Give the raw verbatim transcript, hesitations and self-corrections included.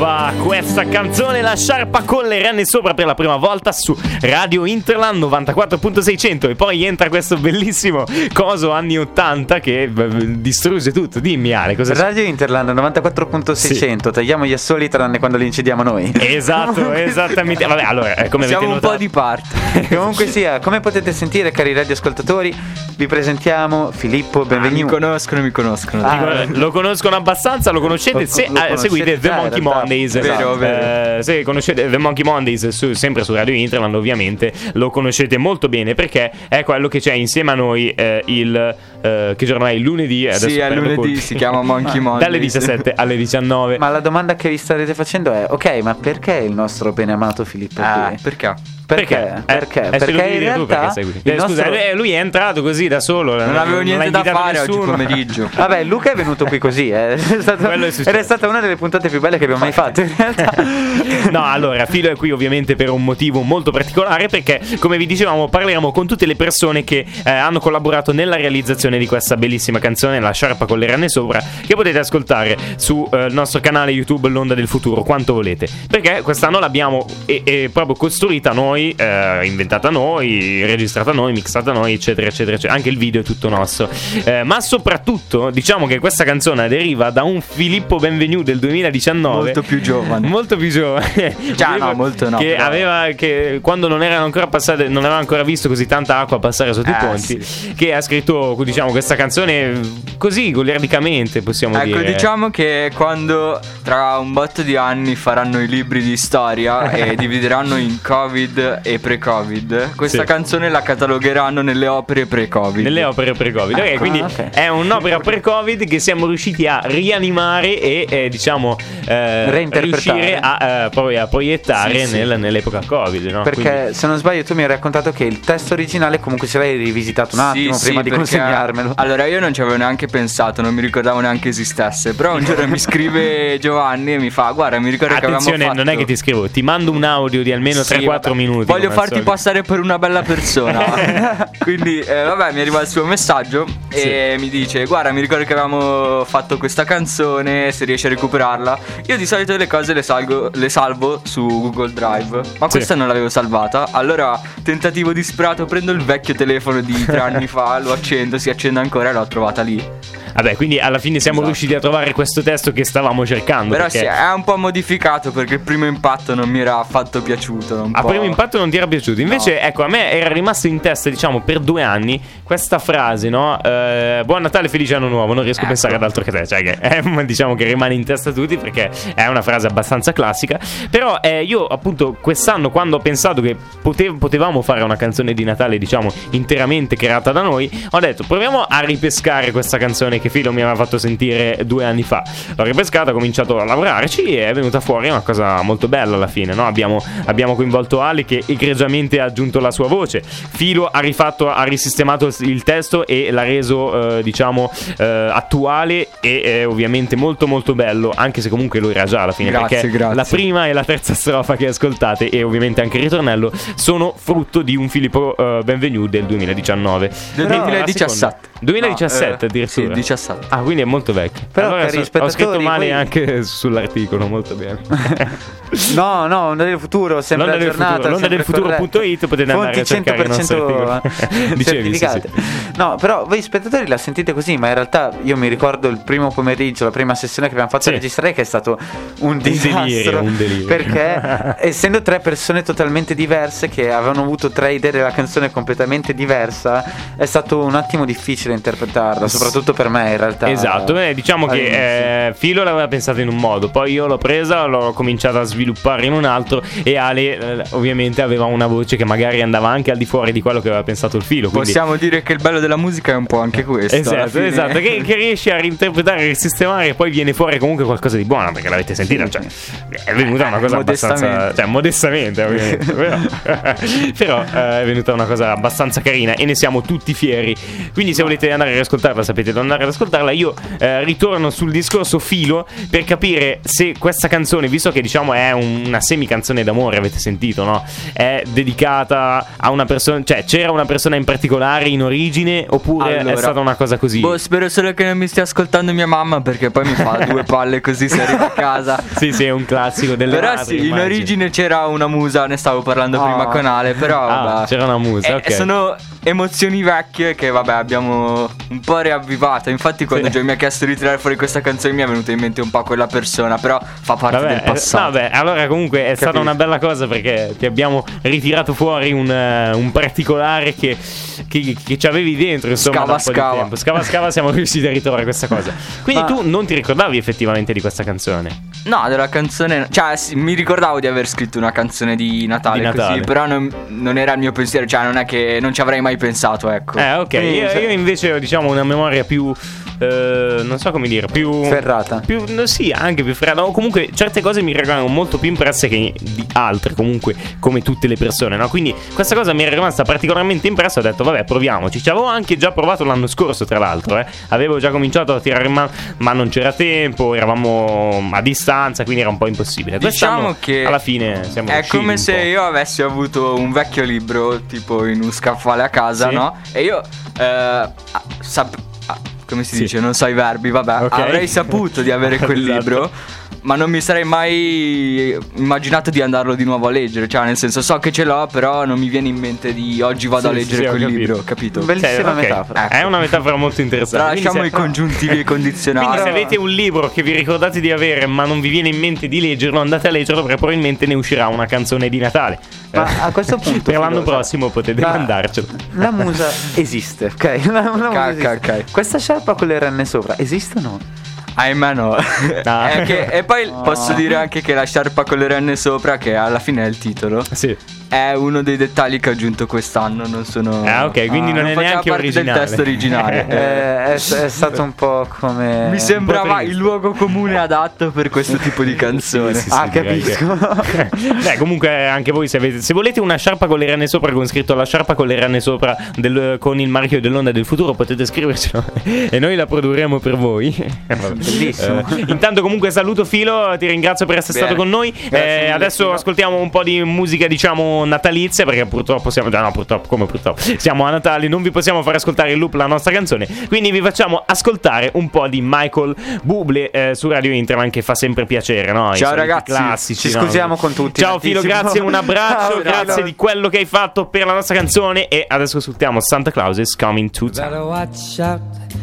nuova questa canzone, La Sciarpa con le renne sopra, per la prima volta su Radio Interland novantaquattro virgola seicento. E poi entra questo bellissimo coso anni ottanta che b- distrugge tutto. Dimmi Ale, cosa Radio c'è? Interland novantaquattro virgola seicento, sì. Tagliamo gli assoli tranne quando li incidiamo noi. Esatto, esattamente. Vabbè, allora, come siamo avete un notato... po' di parte. Comunque sia, come potete sentire, cari radioascoltatori, vi presentiamo Filippo Benvenuto. Ah, mi conoscono, mi conoscono. Ah, Lo conoscono abbastanza, lo conoscete lo, se lo eh, seguite The già, Monkey realtà. Mondays. Vero, vero. Eh, se conoscete The Monkey Mondays su, sempre su Radio Interland, ovviamente lo conoscete molto bene, perché è quello che c'è insieme a noi eh, il eh, che giorno è? Il lunedì? Adesso sì, è lunedì, colpi. si chiama Monkey Mondays. Dalle diciassette alle diciannove. Ma la domanda che vi starete facendo è: ok, ma perché il nostro beneamato Filippo Ah, qui? perché? Perché? Perché? Eh, Perché, se lo devi in dire tu, realtà perché segui. il Eh, nostro... Scusa, eh, lui è entrato così da solo. Non avevo niente da fare oggi nessuno. pomeriggio. Vabbè, Luca è venuto qui così, eh. è stato... Quello è successo. ed è stata una delle puntate più belle che abbiamo mai fatto in realtà. No, allora, Filo è qui ovviamente per un motivo molto particolare, perché come vi dicevamo parleremo con tutte le persone che eh, hanno collaborato nella realizzazione di questa bellissima canzone, La Sciarpa con le renne sopra, che potete ascoltare sul eh, nostro canale YouTube L'Onda del Futuro quanto volete, perché quest'anno l'abbiamo e, e proprio costruita noi, eh, inventata noi, registrata noi, mixata noi, eccetera eccetera eccetera. Anche il video è tutto nostro, eh, ma soprattutto diciamo che questa canzone deriva da un Filippo Benvenuto del duemiladiciannove, Molto più giovane. molto più giovane. Già, no, molto no, che però. aveva che quando non erano ancora passate, non aveva ancora visto così tanta acqua passare sotto Eh, i ponti, sì. che ha scritto, diciamo, questa canzone così goliardicamente, possiamo Ecco, dire. diciamo che quando tra un botto di anni faranno i libri di storia e divideranno in Covid e pre-Covid, questa Sì. canzone la catalogheranno nelle opere pre-Covid. Nelle opere pre-Covid. Ok, Ah, quindi ok. è un'opera pre-Covid che siamo riusciti a rianimare e eh, diciamo eh, Reinterpretare. riuscire a, eh, poi a proiettare Sì, sì. nel- nell'epoca Covid, no? Perché Quindi- se non sbaglio tu mi hai raccontato che il testo originale comunque ce l'hai rivisitato un attimo Sì, prima sì, di perché- consegnarmelo. Allora io non ci avevo neanche pensato, non mi ricordavo neanche esistesse. Però un giorno mi scrive Giovanni e mi fa: guarda, mi ricordo che Attenzione, avevamo fatto... non è che ti scrivo, ti mando un audio di almeno Sì, tre quattro vabbè. minuti. Voglio come al farti solito. passare per una bella persona. Quindi eh, vabbè, mi arriva il suo messaggio e mi dice: guarda, mi ricordo che avevamo fatto questa canzone, se riesci a recuperarla. Io di solito le cose le, salgo, le salvo su Google Drive, ma Sì. questa non l'avevo salvata. Allora, tentativo disperato, prendo il vecchio telefono di tre anni fa, lo accendo, si accende ancora e l'ho trovata lì. Vabbè, quindi alla fine siamo Esatto. riusciti a trovare questo testo che stavamo cercando. Però perché sì, è un po' modificato perché il primo impatto non mi era affatto piaciuto. un a po'. primo impatto non ti era piaciuto. Invece, ecco, a me era rimasto in testa, diciamo, per due anni questa frase, no? Eh, Buon Natale, felice anno nuovo. Non riesco Ecco. a pensare ad altro che te. Cioè, che è, diciamo che rimane in testa a tutti perché è una frase abbastanza classica. Però eh, io, appunto, quest'anno, quando ho pensato che potev- potevamo fare una canzone di Natale, diciamo, interamente creata da noi, ho detto, proviamo a ripescare questa canzone che Filo mi aveva fatto sentire due anni fa. L'ho ripescata, ho cominciato a lavorarci e è venuta fuori una cosa molto bella alla fine, no? Abbiamo, abbiamo coinvolto Ali che egregiamente ha aggiunto la sua voce. Filo ha rifatto, ha risistemato il testo e l'ha reso eh, diciamo eh, attuale e eh, ovviamente molto molto bello, anche se comunque lo era già alla fine. Grazie, perché grazie. la prima e la terza strofa che ascoltate e ovviamente anche il ritornello sono frutto di un Filippo eh, Benvenuto del duemiladiciannove. Del Mentre la duemiladiciassette. seconda- duemiladiciassette No, eh, addirittura. Sì, diciassette. Ah, quindi è molto vecchio. Però, allora cari so- ho scritto spettatori, male voi- anche sull'articolo, molto bene. No, no, Onda del Futuro, sempre L'Onda del aggiornata, Futuro, l'onda del sempre futuro punto it, corretta. potete andare a Fonti cercare i nostri articoli. Dicevi, sì, certificate. No, però voi spettatori la sentite così, ma in realtà io mi ricordo il primo pomeriggio, la prima sessione che abbiamo fatto Sì. registrare, che è stato un disastro, delirio, un delirio. perché essendo tre persone totalmente diverse che avevano avuto tre idee della canzone completamente diversa, è stato un attimo difficile interpretarla, soprattutto per me in realtà. Esatto, eh, diciamo che all'inizio. eh, Filo l'aveva pensata in un modo, poi io l'ho presa, l'ho cominciata a sviluppare in un altro e Ale eh, ovviamente aveva una voce che magari andava anche al di fuori di quello che aveva pensato il Filo. Quindi... Possiamo dire che il bello della musica è un po' anche questo. alla Esatto, fine. esatto, che, che riesci a reinterpretare, a risistemare e poi viene fuori comunque qualcosa di buono, perché l'avete sentita, cioè è venuta una cosa abbastanza, Modestamente. cioè modestamente ovviamente, però, però eh, è venuta una cosa abbastanza carina e ne siamo tutti fieri. Quindi se volete andare ad ascoltarla sapete dove andare ad ascoltarla, io eh, ritorno sul discorso filo per capire se questa canzone, visto che diciamo è un, una semi canzone d'amore, avete sentito, no? È dedicata a una persona, cioè c'era una persona in particolare in origine oppure Allora, è stata una cosa così? Boh, spero solo che non mi stia ascoltando mia mamma, perché poi mi fa due palle così se arriva a casa. Sì, sì, è un classico delle Però madri, sì, in immagino. origine c'era una musa, ne stavo parlando Ah. prima con Ale, però Ah, vabbè. c'era una musa, Eh, ok. Sono emozioni vecchie che vabbè abbiamo un po' riavvivato. Infatti quando Sì. Joy mi ha chiesto di tirare fuori questa canzone mi è venuta in mente un po' quella persona, però fa parte Vabbè, del eh, passato. vabbè, allora comunque è stata Capisco. una bella cosa perché ti abbiamo ritirato fuori un, eh, un particolare che, che, che ci avevi dentro, insomma, Scava, da un po' di scava. tempo. Scava scava siamo riusciti a ritrovare questa cosa. Quindi Ma- tu non ti ricordavi effettivamente di questa canzone? No, della canzone. Cioè, sì, mi ricordavo di aver scritto una canzone di Natale, Di Natale. così. Però non, non era il mio pensiero. Cioè, non è che non ci avrei mai pensato, ecco. Eh, ok. Quindi, Io, cioè- io invece ho, diciamo, una memoria più. eh, non so come dire, più. Ferrata. Più, no, sì, anche più ferrata. O comunque certe cose mi rimangono molto più impresse che di altre, comunque, come tutte le persone, no? Quindi questa cosa mi era rimasta particolarmente impressa. Ho detto, vabbè, proviamoci. Ci avevo anche già provato l'anno scorso, tra l'altro, eh. Avevo già cominciato a tirare in mano, ma non c'era tempo, eravamo a distanza, quindi era un po' impossibile. Quest'anno, Diciamo che alla fine siamo è riusciti come un se po'. io avessi avuto un vecchio libro, tipo in un scaffale a casa, Sì. no? E io eh, sap- ah, come si Sì. dice? Non so i verbi, vabbè. Ok. Avrei saputo di avere quel Esatto. libro, ma non mi sarei mai immaginato di andarlo di nuovo a leggere. Cioè, nel senso, so che ce l'ho, però non mi viene in mente di oggi vado Sì, a sì, leggere sì, ho quel capito. libro, capito? Bellissima Cioè, ok. metafora. È una metafora molto interessante. Tralasciamo Quindi i se- congiuntivi e i condizionali. Quindi se avete un libro che vi ricordate di avere ma non vi viene in mente di leggerlo, andate a leggerlo perché probabilmente ne uscirà una canzone di Natale. Ma Eh, a questo punto, per l'anno Filosa, prossimo potete la- mandarcelo. La musa esiste, ok? La, la musa Ok, esiste. ok. Questa sciarpa con le renne sopra esiste o no? Ahimè no. No. È che- E poi No. posso dire anche che la sciarpa con le renne sopra, che alla fine è il titolo, Sì. è uno dei dettagli che ho aggiunto quest'anno. Non sono. Ah, ok, quindi Ah, non, è faceva neanche parte originale. del testo originale. Eh, è, è stato un po' come. Mi sembrava triste. il luogo comune adatto per questo tipo di canzone. Sì, sì, Ah, direi capisco. che- Beh, comunque anche voi se, avete, se volete una sciarpa con le renne sopra con scritto la sciarpa con le renne sopra del- con il marchio dell'onda del futuro, potete scrivercelo e noi la produrremo per voi. Bellissimo. Eh, intanto comunque saluto Filo, ti ringrazio per essere Bene. stato con noi. Grazie Eh, mille, adesso Filo. ascoltiamo un po' di musica diciamo natalizia perché purtroppo siamo no, purtroppo come purtroppo siamo a Natale, non vi possiamo far ascoltare in loop la nostra canzone, quindi vi facciamo ascoltare un po' di Michael Bublé eh, su Radio Interman, che fa sempre piacere, no? I Ciao, soliti ragazzi. classici, Ci no? scusiamo con tutti. Ciao Filo, tantissimo. grazie, un abbraccio, Ciao, grazie Filo. di quello che hai fatto per la nostra canzone e adesso ascoltiamo Santa Claus is Coming to Town. Better watch out.